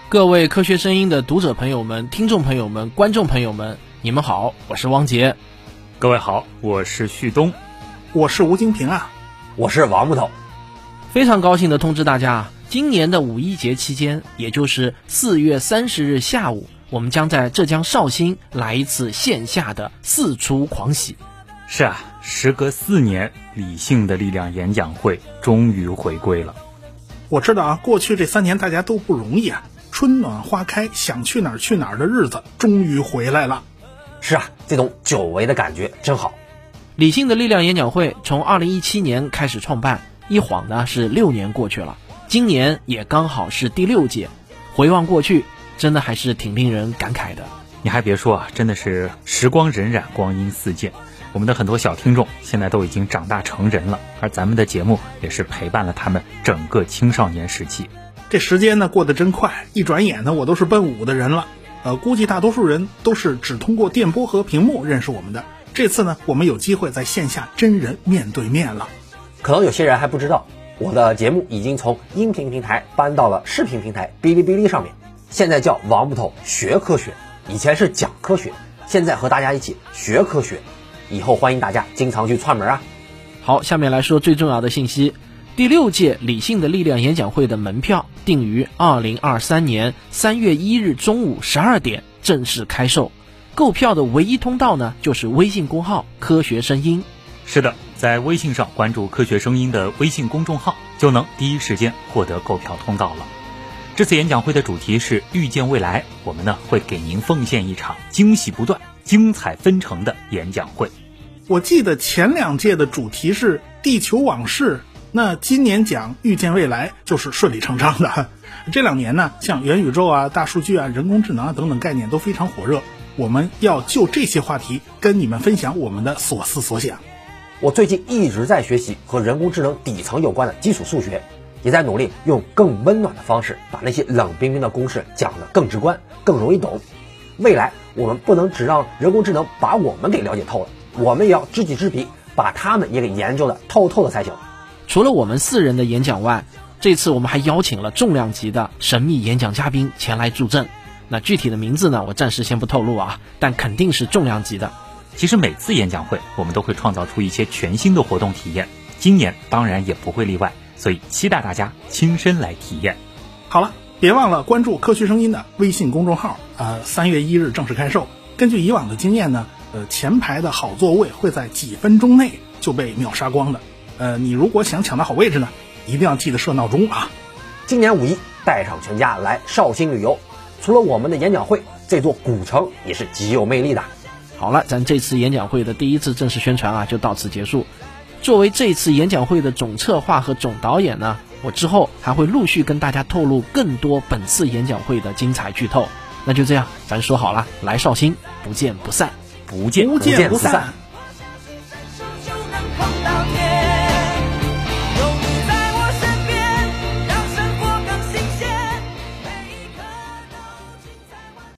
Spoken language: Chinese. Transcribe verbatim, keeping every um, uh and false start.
各位科学声音的读者朋友们、听众朋友们、观众朋友们，你们好，我是汪杰。 各位好，我是旭东。 我是吴金平啊。 我是王木头。 非常高兴的通知大家，今年的五一节期间，也就是四月三十日下午，我们将在浙江绍兴来一次线下的四出狂喜。 是啊，时隔四年，理性的力量演讲会终于回归了。 我知道啊，过去这三年大家都不容易啊，春暖花开，想去哪儿去哪儿的日子终于回来了。 是啊，这种久违的感觉真好。 理性的力量演讲会从二零一七年开始创办，一晃呢是六年过去了，今年也刚好是第六届。回望过去，真的还是挺令人感慨的。 你还别说啊，真的是时光荏苒，光阴似箭。我们的很多小听众现在都已经长大成人了，而咱们的节目也是陪伴了他们整个青少年时期。 这时间呢过得真快，一转眼呢我都是奔五的人了。呃，估计大多数人都是只通过电波和屏幕认识我们的。这次呢，我们有机会在线下真人面对面了。 可能有些人还不知道，我的节目已经从音频平台搬到了视频平台哔哩哔哩上面，现在叫王木头学科学，以前是讲科学，现在和大家一起学科学。以后欢迎大家经常去串门啊。 好，下面来说最重要的信息。第六届理性的力量演讲会的门票定于二零二三年三月一日中午十二点正式开售。购票的唯一通道呢，就是微信公号科学声音。 是的，在微信上关注科学声音的微信公众号，就能第一时间获得购票通道了。这次演讲会的主题是预见未来，我们呢会给您奉献一场惊喜不断、精彩纷呈的演讲会。 我记得前两届的主题是地球往事，那今年讲预见未来就是顺理成章的。这两年呢，像元宇宙啊、大数据啊、人工智能啊等等概念都非常火热，我们要就这些话题跟你们分享我们的所思所想。 我最近一直在学习和人工智能底层有关的基础数学，也在努力用更温暖的方式把那些冷冰冰的公式讲得更直观、更容易懂。未来我们不能只让人工智能把我们给了解透了，我们也要知己知彼，把他们也给研究的透透的才行。 除了我们四人的演讲外，这次我们还邀请了重量级的神秘演讲嘉宾前来助阵。那具体的名字呢，我暂时先不透露啊，但肯定是重量级的。 其实每次演讲会我们都会创造出一些全新的活动体验，今年当然也不会例外，所以期待大家亲身来体验。 好了，别忘了关注科学声音的微信公众号，呃，三月一日正式开售。根据以往的经验呢，呃，前排的好座位会在几分钟内就被秒杀光的。呃，你如果想抢到好位置呢，一定要记得设闹钟啊。 今年五一带上全家来绍兴旅游，除了我们的演讲会，这座古城也是极有魅力的。 好了，咱这次演讲会的第一次正式宣传啊，就到此结束。作为这次演讲会的总策划和总导演呢，我之后还会陆续跟大家透露更多本次演讲会的精彩剧透。那就这样，咱说好了，来绍兴不见不散， 不见不见不散。